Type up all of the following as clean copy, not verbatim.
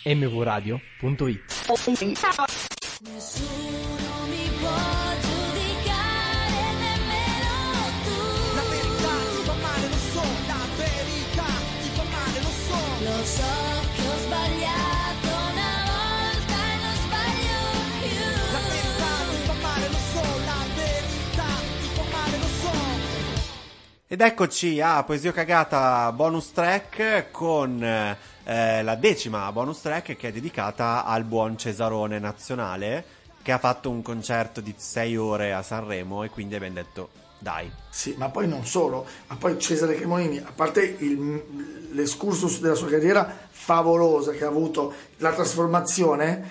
mvradio.it. Nessuno mi può giudicare, nemmeno tu. La verità ti fa male, lo so. La verità ti fa male, lo so. Lo so che ho sbagliato una volta e non sbaglio più. La verità ti fa male, lo so. La verità ti fa male, lo so. Ed eccoci a Poesia Cagata bonus track con la 10ª bonus track, che è dedicata al buon Cesarone Nazionale, che ha fatto un concerto di 6 ore a Sanremo, e quindi abbiamo detto dai. Sì, ma poi non solo, ma poi Cesare Cremonini, a parte l'escursus della sua carriera favolosa che ha avuto, la trasformazione,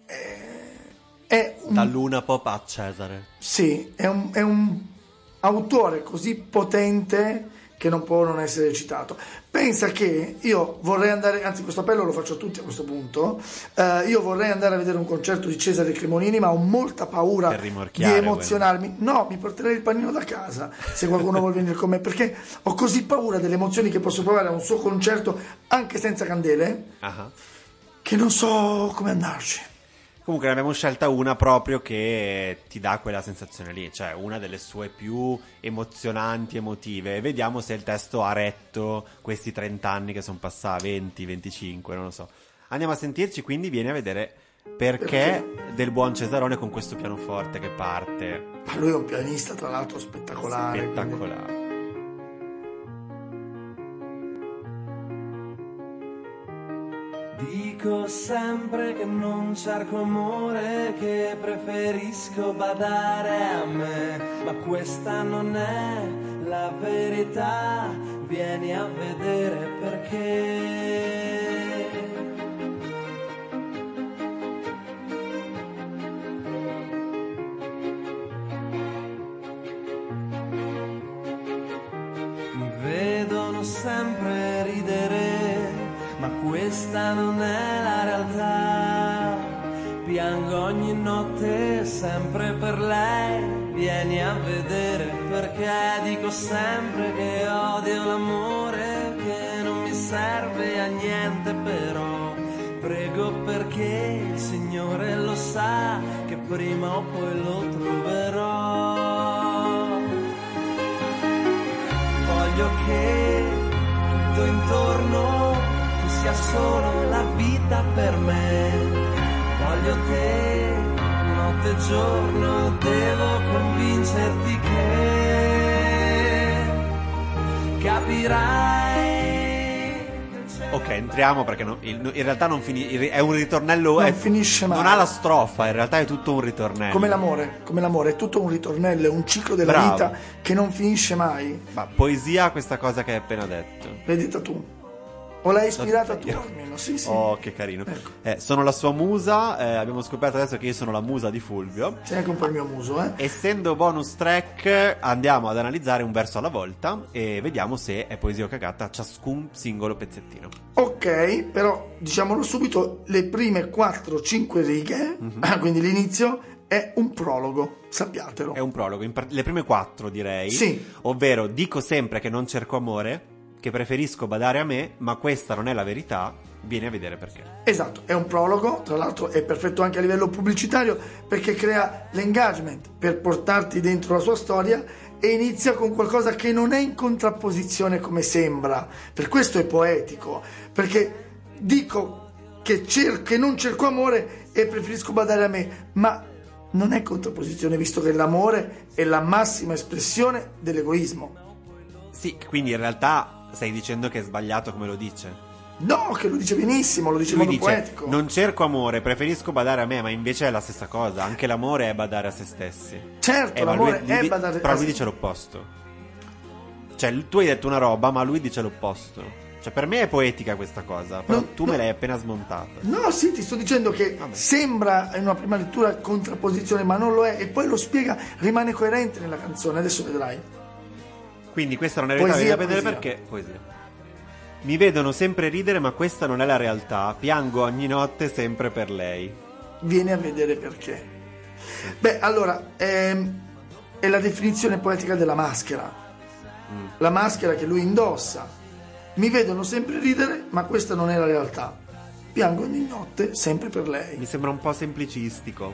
è un, Da Luna Pop a Cesare. sì, è un autore così potente che non può non essere citato. Pensa che io vorrei andare, anzi questo appello lo faccio a tutti a questo punto, io vorrei andare a vedere un concerto di Cesare Cremonini, ma ho molta paura Per di rimorchiare, emozionarmi. No, mi porterei il panino da casa se qualcuno vuole venire con me, perché ho così paura delle emozioni che posso provare a un suo concerto anche senza candele, Ah. che non so come andarci. Comunque ne abbiamo scelta una proprio che ti dà quella sensazione lì, cioè una delle sue più emozionanti, emotive. Vediamo se il testo ha retto questi 30 anni che sono passati, 20, 25, non lo so. Andiamo a sentirci, quindi vieni a vedere perché del buon Cesarone con questo pianoforte che parte. Ma lui è un pianista, tra l'altro, spettacolare. quindi- Spettacolare. Dico sempre che non cerco amore, che preferisco badare a me, ma questa non è la verità, vieni a vedere perché. Mi vedono sempre ridere, ma questa non è la realtà. Piango ogni notte sempre per lei, vieni a vedere perché. Dico sempre che odio l'amore, che non mi serve a niente, però prego perché il Signore lo sa che prima o poi lo troverò. Voglio che tutto intorno tu sia solo la vita per me. Voglio te notte e giorno, devo convincerti che capirai. Ok, entriamo perché in realtà non finisce, è un ritornello, Non finisce mai. non ha la strofa, in realtà è tutto un ritornello. Come l'amore, è tutto un ritornello, è un ciclo della Bravo. vita che non finisce mai. Ma poesia questa cosa che hai appena detto. L'hai detta tu. O l'hai ispirata tu Io. almeno? Sì, sì. Oh, che carino. Ecco. Sono la sua musa, abbiamo scoperto adesso che io sono la musa di Fulvio. C'è anche un po' il mio muso, eh. Essendo bonus track, andiamo ad analizzare un verso alla volta e vediamo se è poesia o cagata ciascun singolo pezzettino. Ok, però diciamolo subito, le prime 4-5 righe, quindi l'inizio, è un prologo, sappiatelo. È un prologo, le prime 4 direi. Sì. Ovvero, dico sempre che non cerco amore, che preferisco badare a me, ma questa non è la verità, vieni a vedere perché. Esatto, è un prologo, tra l'altro è perfetto anche a livello pubblicitario perché crea l'engagement per portarti dentro la sua storia e inizia con qualcosa che non è in contrapposizione come sembra. Per questo è poetico, perché dico che non cerco amore e preferisco badare a me, ma non è contrapposizione, visto che l'amore è la massima espressione dell'egoismo. Sì, quindi in realtà stai dicendo che è sbagliato come lo dice. No, che lo dice benissimo, lo dice in Lui modo dice, poetico. non cerco amore, preferisco badare a me, ma invece è la stessa cosa. Anche l'amore è badare a se stessi. Certo, Ma l'amore lui- è lui- badare Però a lui se- dice l'opposto. Cioè, tu hai detto una roba, ma lui dice l'opposto. Cioè, per me è poetica questa cosa, però No, tu no. me l'hai appena smontata. No, sì, ti sto dicendo che Vabbè. sembra in una prima lettura contrapposizione, ma non lo è, e poi lo spiega, rimane coerente nella canzone, adesso vedrai. Quindi questa non è la verità, Poesia, vieni a vedere poesia. perché. Poesia. Mi vedono sempre ridere, ma questa non è la realtà. Piango ogni notte sempre per lei. Vieni a vedere perché. Beh, allora, è la definizione poetica della maschera. La maschera che lui indossa. Mi vedono sempre ridere, ma questa non è la realtà. piango ogni notte sempre per lei. Mi sembra un po' semplicistico.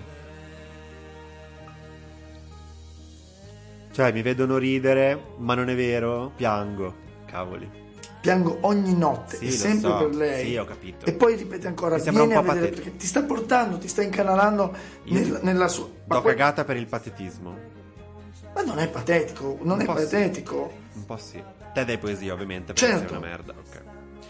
Cioè, mi vedono ridere, ma non è vero, piango. Cavoli. Piango ogni notte Sì, e lo sempre so. per lei. Sì, ho capito. E poi ripete ancora, Mi sembra vieni un po' a vedere patetico. perché ti sta portando, ti sta incanalando nella sua... Do poi- cagata per il patetismo. Ma non è patetico, non Un è po' sì. patetico. Un po' sì. Te dai poesia, ovviamente, perché Certo. sei una merda. Ok.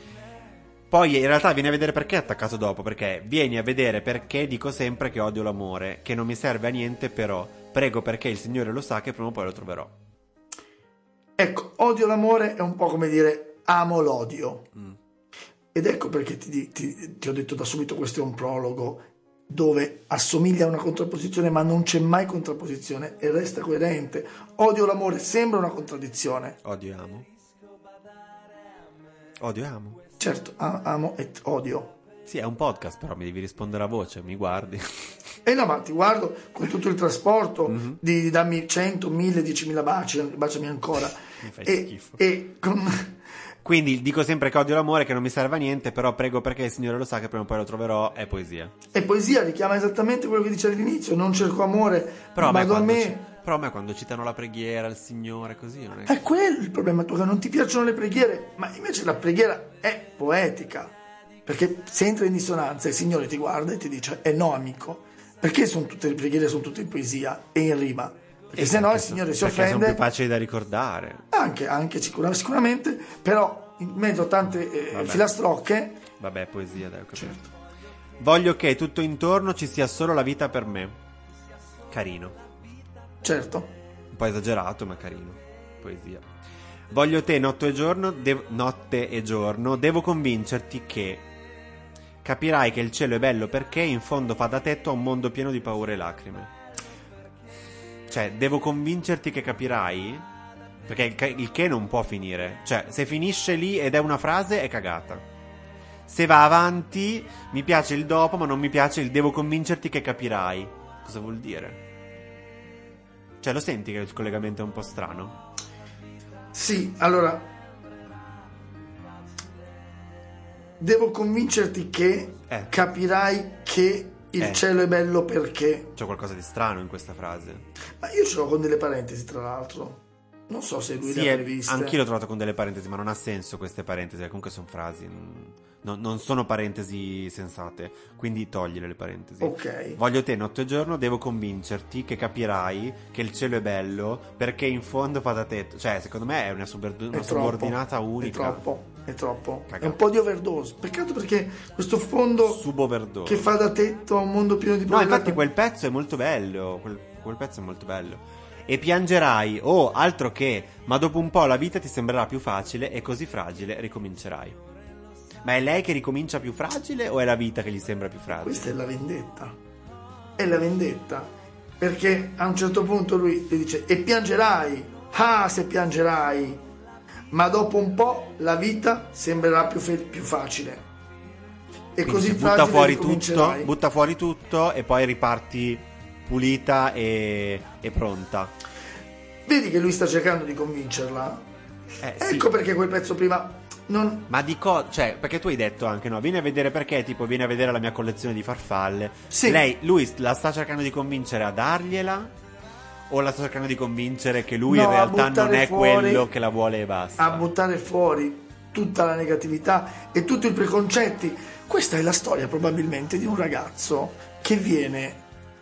Poi in realtà vieni a vedere perché è attaccato dopo. Perché vieni a vedere perché dico sempre che odio l'amore, che non mi serve a niente, però prego perché il Signore lo sa che prima o poi lo troverò. Ecco, odio l'amore è un po' come dire amo l'odio. Ed ecco perché ti ho detto da subito questo è un prologo dove assomiglia a una contrapposizione ma non c'è mai contrapposizione e resta coerente. Odio l'amore sembra una contraddizione. Odio e amo. Odio e amo. Certo, amo e odio. Sì, è un podcast, però mi devi rispondere a voce, mi guardi. E no, ma ti guardo con tutto il trasporto di dammi 100, 1000, 10.000 baci, baciami ancora. Mi fai e, schifo. E con... Quindi dico sempre che odio l'amore, che non mi serve a niente, però prego perché il Signore lo sa che prima o poi lo troverò, è poesia. E poesia richiama esattamente quello che dicevi all'inizio, non cerco amore, Però a me, vado a quando, me. però a me quando citano la preghiera, il Signore, così non è È quello il problema tuo, che non ti piacciono le preghiere, ma invece la preghiera è poetica, perché se entra in dissonanza il Signore ti guarda e ti dice no amico, perché sono tutte le preghiere sono tutte in poesia e in rima, perché se no il Signore si perché sono offende, più facili da ricordare. anche sicuramente, però in mezzo a tante Vabbè. filastrocche, Vabbè, poesia, dai, ho capito. certo. Voglio che tutto intorno ci sia solo la vita per me. Carino. Certo, Un po' esagerato, ma carino. Poesia. Voglio te notte e giorno, notte e giorno, devo convincerti che capirai che il cielo è bello perché in fondo fa da tetto a un mondo pieno di paure e lacrime. Cioè, devo convincerti che capirai, perché il che non può finire. Cioè, se finisce lì ed è una frase, è cagata. Se va avanti, mi piace il dopo, ma non mi piace il devo convincerti che capirai. Cosa vuol dire? Cioè, lo senti che il collegamento è un po' strano? sì, allora devo convincerti che capirai che il cielo è bello perché... C'è qualcosa di strano in questa frase. Ma io ce l'ho con delle parentesi, tra l'altro. Non so se lui Sì, le ha previste. anch'io l'ho trovato con delle parentesi, ma non ha senso queste parentesi, comunque sono frasi, non sono parentesi sensate, quindi togliele le parentesi. Ok. Voglio te notte e giorno, devo convincerti che capirai che il cielo è bello perché in fondo fa da tetto. Cioè, secondo me è una, È subordinata troppo, unica. È troppo. Cagato. È un po' di overdose. Peccato perché questo fondo Suboverdose. che fa da tetto a un mondo pieno di No, problemi. infatti quel pezzo è molto bello. Quel pezzo è molto bello. E piangerai, altro che, ma dopo un po' la vita ti sembrerà più facile e così fragile ricomincerai. Ma è lei che ricomincia più fragile o è la vita che gli sembra più fragile? Questa è la vendetta. È la vendetta. Perché a un certo punto lui ti dice e piangerai. Ah, se piangerai. Ma dopo un po' la vita sembrerà più facile. E Quindi così si butta fragile fuori tutto, ricomincerai. butta fuori tutto e poi riparti pulita e pronta. Vedi che lui sta cercando di convincerla. Sì. Ecco perché quel pezzo prima non... Ma cioè, perché tu hai detto anche no, vieni a vedere perché, tipo vieni a vedere la mia collezione di farfalle. Sì. Lui la sta cercando di convincere a dargliela o la sta cercando di convincere che lui No, in a realtà non buttare è fuori- quello che la vuole e basta. a buttare fuori tutta la negatività e tutti i preconcetti. Questa è la storia probabilmente di un ragazzo che viene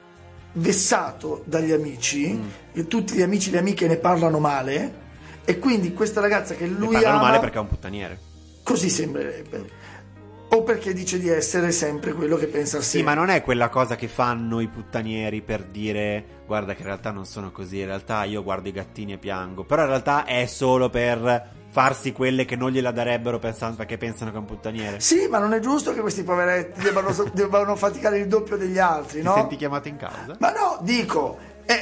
vessato dagli amici e tutti gli amici e le amiche ne parlano male e quindi questa ragazza che Ne lui parlano ama male perché è un puttaniere. così sembrerebbe o perché dice di essere sempre quello che pensa a sé. Sì, ma non è quella cosa che fanno i puttanieri per dire guarda che in realtà non sono così, in realtà io guardo i gattini e piango, però in realtà è solo per farsi quelle che non gliela darebbero perché pensano che è un puttaniere. Sì, ma non è giusto che questi poveretti debbano faticare il doppio degli altri, Ti no? senti chiamato in causa? Ma no, dico,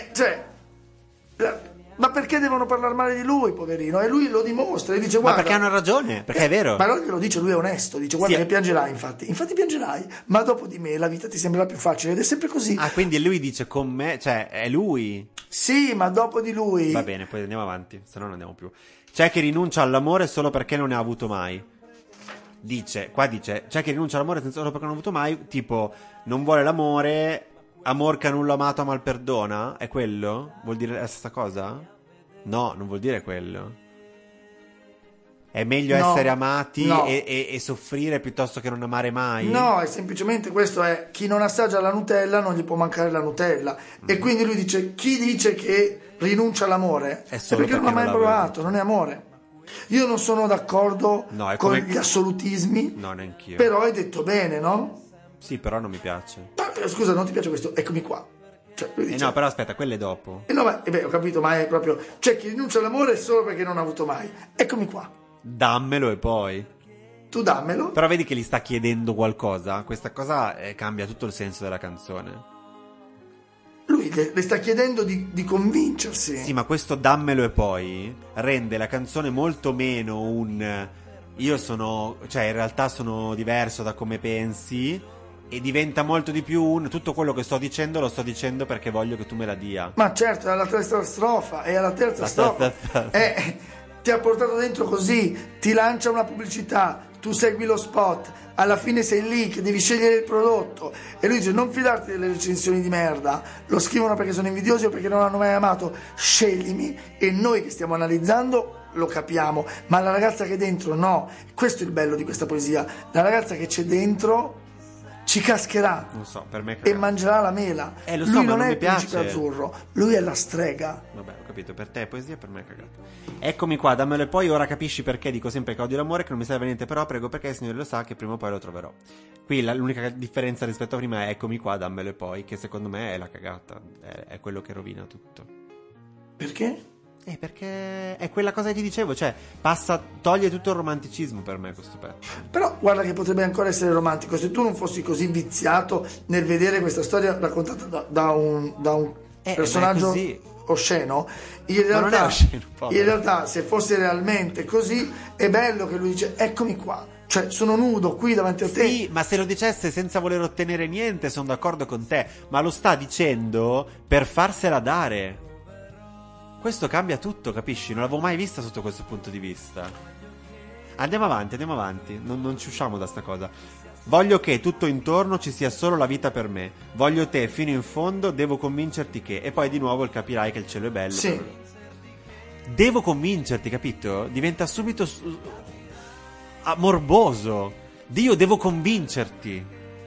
ma perché devono parlare male di lui, poverino? E lui lo dimostra e dice Ma guarda... perché hanno ragione, perché è vero. Ma non glielo dice, lui è onesto, dice guarda Sì. che piangerai infatti piangerai, ma dopo di me la vita ti sembrerà più facile ed è sempre così. Ah, quindi lui dice con me, cioè è lui. Sì, ma dopo di lui... Va bene, poi andiamo avanti, se no non andiamo più. C'è chi rinuncia all'amore solo perché non ne ha avuto mai. dice c'è chi rinuncia all'amore senza solo perché non ha avuto mai, tipo non vuole l'amore, amor che a nulla amato mal perdona, è quello? Vuol dire la stessa cosa? No, non vuol dire quello. È meglio No, essere amati no. e soffrire piuttosto che non amare mai? No, è semplicemente questo, è chi non assaggia la Nutella non gli può mancare la Nutella. E quindi lui dice, chi dice che rinuncia all'amore È è solo perché non ha perché mai non l'aveva. provato, non è amore. Io non sono d'accordo No, è con come- gli assolutismi, No, neanch'io. però hai detto bene, no? Sì, però non mi piace. Scusa, non ti piace questo? Eccomi qua. Cioè, lui dice, No, però aspetta, quelle dopo. no, ma ho capito, ma è proprio, cioè chi rinuncia all'amore solo perché non ha avuto mai. Eccomi qua. Dammelo e poi. Tu dammelo. Però vedi che gli sta chiedendo qualcosa? Questa cosa cambia tutto il senso della canzone. Lui le sta chiedendo di convincersi. Sì, ma questo dammelo e poi rende la canzone molto meno un io sono, cioè in realtà sono diverso da come pensi, e diventa molto di più un tutto quello che sto dicendo lo sto dicendo perché voglio che tu me la dia. Ma certo, è alla terza strofa, è alla terza La strofa. terza- Ti ha portato dentro così, ti lancia una pubblicità, tu segui lo spot, alla fine sei lì che devi scegliere il prodotto e lui dice non fidarti delle recensioni di merda, lo scrivono perché sono invidiosi o perché non hanno mai amato, sceglimi, e noi che stiamo analizzando lo capiamo, ma la ragazza che è dentro no. Questo è il bello di questa poesia, la ragazza che c'è dentro ci cascherà Non so, per me è e cagato. mangerà la mela. Lo so, Lui ma non non è mi il principe piace. azzurro, lui è la strega. Vabbè, ho capito, per te è poesia, per me è cagato. Eccomi qua, dammelo e poi, ora capisci perché dico sempre che odio l'amore, che non mi serve a niente, però prego perché il Signore lo sa che prima o poi lo troverò. Qui l'unica differenza rispetto a prima è eccomi qua, dammelo e poi, che secondo me è la cagata, è quello che rovina tutto. Perché? Perché è quella cosa che ti dicevo, cioè toglie tutto il romanticismo per me questo pezzo. Però guarda che potrebbe ancora essere romantico se tu non fossi così viziato nel vedere questa storia raccontata da un personaggio ma è così. osceno. In Ma non è realtà, osceno, povero. in realtà, se fosse realmente così, è bello che lui dice eccomi qua, cioè sono nudo qui davanti a te. Sì, ma se lo dicesse senza voler ottenere niente, sono d'accordo con te, ma lo sta dicendo per farsela dare. Questo cambia tutto, capisci? Non l'avevo mai vista sotto questo punto di vista. Andiamo avanti, non ci usciamo da sta cosa. Voglio che tutto intorno ci sia solo la vita per me. Voglio te fino in fondo, devo convincerti che. E poi di nuovo il capirai che il cielo è bello. Sì. Devo convincerti, capito? Diventa subito morboso. Dio, devo convincerti.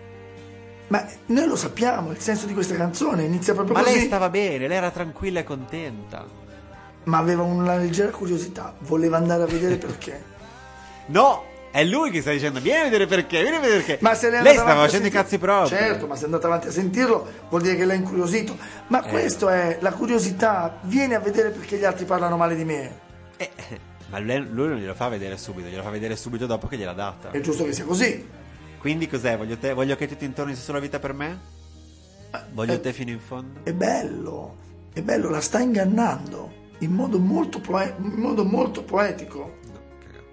Ma noi lo sappiamo, il senso di questa canzone inizia proprio Ma così. lei stava bene, lei era tranquilla e contenta. Ma aveva una leggera curiosità, voleva andare a vedere perché. No, è lui che sta dicendo vieni a vedere perché, vieni a vedere perché. Ma se lei andata stava avanti a facendo i sentir- cazzi propri. Certo, ma se è andata avanti a sentirlo vuol dire che l'ha incuriosito. Ma questo è la curiosità, vieni a vedere perché gli altri parlano male di me. Ma lui non glielo fa vedere subito, glielo fa vedere subito dopo che gliel'ha data. È giusto che sia così. Quindi cos'è? Voglio che tutto intorno sia solo la vita per me? Voglio te fino in fondo? È bello, la sta ingannando in modo molto poetico. No, cagato.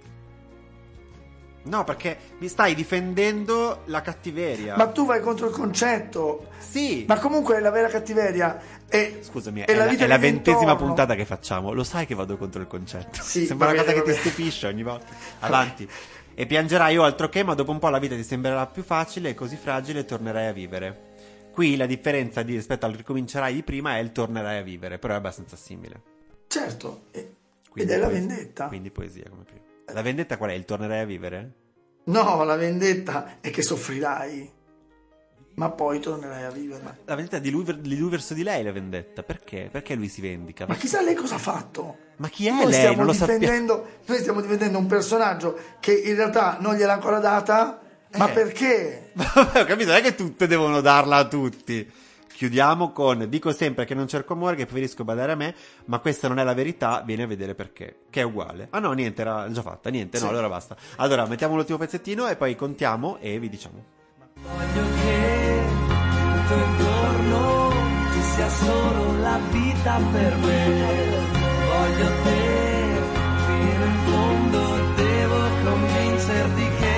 No, perché mi stai difendendo la cattiveria. Ma tu vai contro il concetto. Sì. Ma comunque la vera cattiveria è. Scusami, è la vita è la che viene 20ª intorno. puntata che facciamo. Lo sai che vado contro il concetto. Sì, Sembra va una cosa bene, che va ti bene. stupisce ogni volta. Avanti. E piangerai o altro che, ma dopo un po' la vita ti sembrerà più facile e così fragile tornerai a vivere. Qui la differenza rispetto al ricomincerai di prima è il tornerai a vivere, però è abbastanza simile. Certo, Quindi ed è la poesia- vendetta. Quindi poesia come prima. La vendetta qual è? Il tornerai a vivere? No, la vendetta è che soffrirai, ma poi tornerai a vivere. La vendetta di lui verso di lei, la vendetta. Perché? Perché lui si vendica? Ma chissà lei cosa ha fatto? Ma chi è Noi lei? stiamo Non lo sappiamo. Noi stiamo difendendo un personaggio che in realtà non gliel'ha ancora data, ma perché? Ho capito, non è che tutte devono darla a tutti. Chiudiamo con dico sempre che non cerco amore, che preferisco badare a me, ma questa non è la verità, vieni a vedere perché, che è uguale. Ah no, niente, era già fatta, niente, Sì. no, allora basta. Allora, mettiamo l'ultimo pezzettino e poi contiamo e vi diciamo. Voglio che tutto intorno ci sia solo la vita per me. Voglio te fino in fondo, devo convincerti che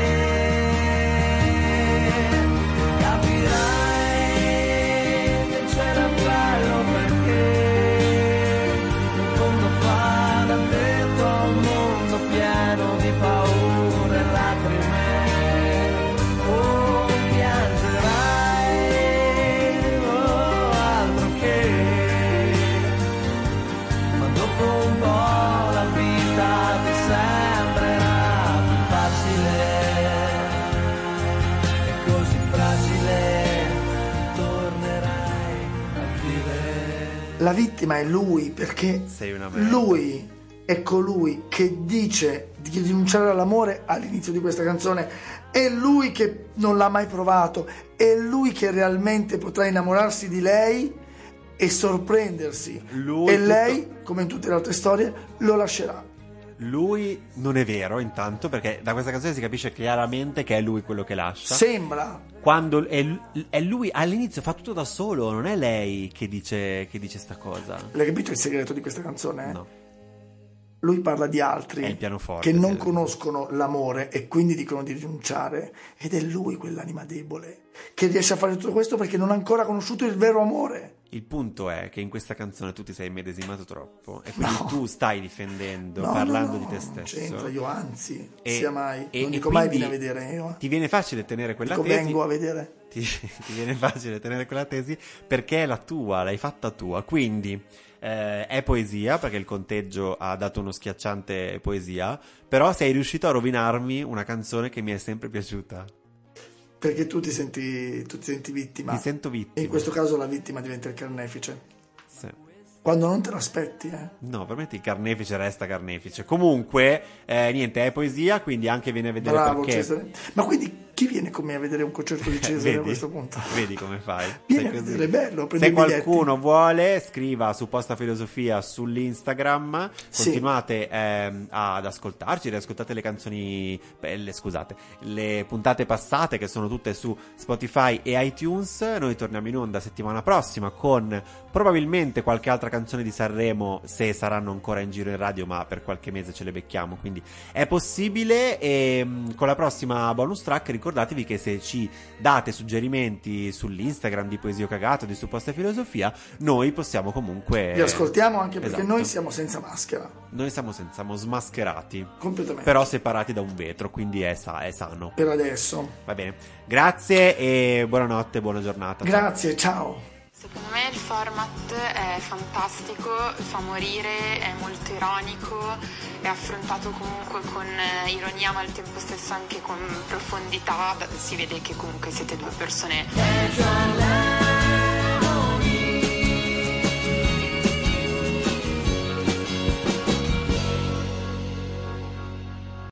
capirai che c'era bello perché in fondo fa da tetto a un mondo pieno di paure e lacrime. La vittima è lui, perché Sei una merda. lui è colui che dice di rinunciare all'amore all'inizio di questa canzone, è lui che non l'ha mai provato, è lui che realmente potrà innamorarsi di lei e sorprendersi. Lui E tutto- lei, come in tutte le altre storie, lo lascerà. Lui non è vero, intanto, perché da questa canzone si capisce chiaramente che è lui quello che lascia. Sembra. Quando è lui all'inizio fa tutto da solo, non è lei che dice sta cosa. L'hai capito il segreto di questa canzone? No. Lui parla di altri È il pianoforte, che non sì. conoscono l'amore e quindi dicono di rinunciare, ed è lui quell'anima debole che riesce a fare tutto questo perché non ha ancora conosciuto il vero amore. Il punto è che in questa canzone tu ti sei immedesimato troppo e quindi No. tu stai difendendo, No, parlando no, di te non stesso. c'entra, io anzi, E- sia mai, e- non e dico mai quindi vieni a vedere io. Ti viene facile tenere quella Dico tesi. vengo a vedere. Ti viene facile tenere quella tesi perché è la tua, l'hai fatta tua. Quindi è poesia, perché il conteggio ha dato uno schiacciante poesia, però sei riuscito a rovinarmi una canzone che mi è sempre piaciuta. Perché tu ti senti vittima. Mi sento E vittima. in questo caso la vittima diventa il carnefice. Sì. Quando non te l'aspetti, No, veramente il carnefice resta carnefice. Comunque, niente, è poesia, quindi anche viene a vedere Bravo perché... Cesare. Ma quindi chi viene con me a vedere un concerto di Cesare Vedi? a questo punto? Vedi come fai? Vieni Sei a così. vedere, bello, prendi Se i biglietti. qualcuno vuole, scriva su Posta Filosofia sull'Instagram. Sì. Continuate ad ascoltarci, riascoltate le canzoni, scusate, le puntate passate che sono tutte su Spotify e iTunes. Noi torniamo in onda settimana prossima con probabilmente qualche altra canzone di Sanremo, se saranno ancora in giro in radio, ma per qualche mese ce le becchiamo, quindi è possibile. E con la prossima bonus track ricordatevi che se ci date suggerimenti sull'Instagram di Poesia o Cagato, di Su Posta Filosofia, noi possiamo comunque... Vi ascoltiamo anche perché Esatto. noi siamo senza maschera, Noi siamo smascherati, completamente. però separati da un vetro, quindi è sano. Per adesso. Va bene, grazie e buonanotte, buona giornata. Grazie, ciao. Secondo me il format è fantastico, fa morire, è molto ironico, è affrontato comunque con ironia ma al tempo stesso anche con profondità, si vede che comunque siete due persone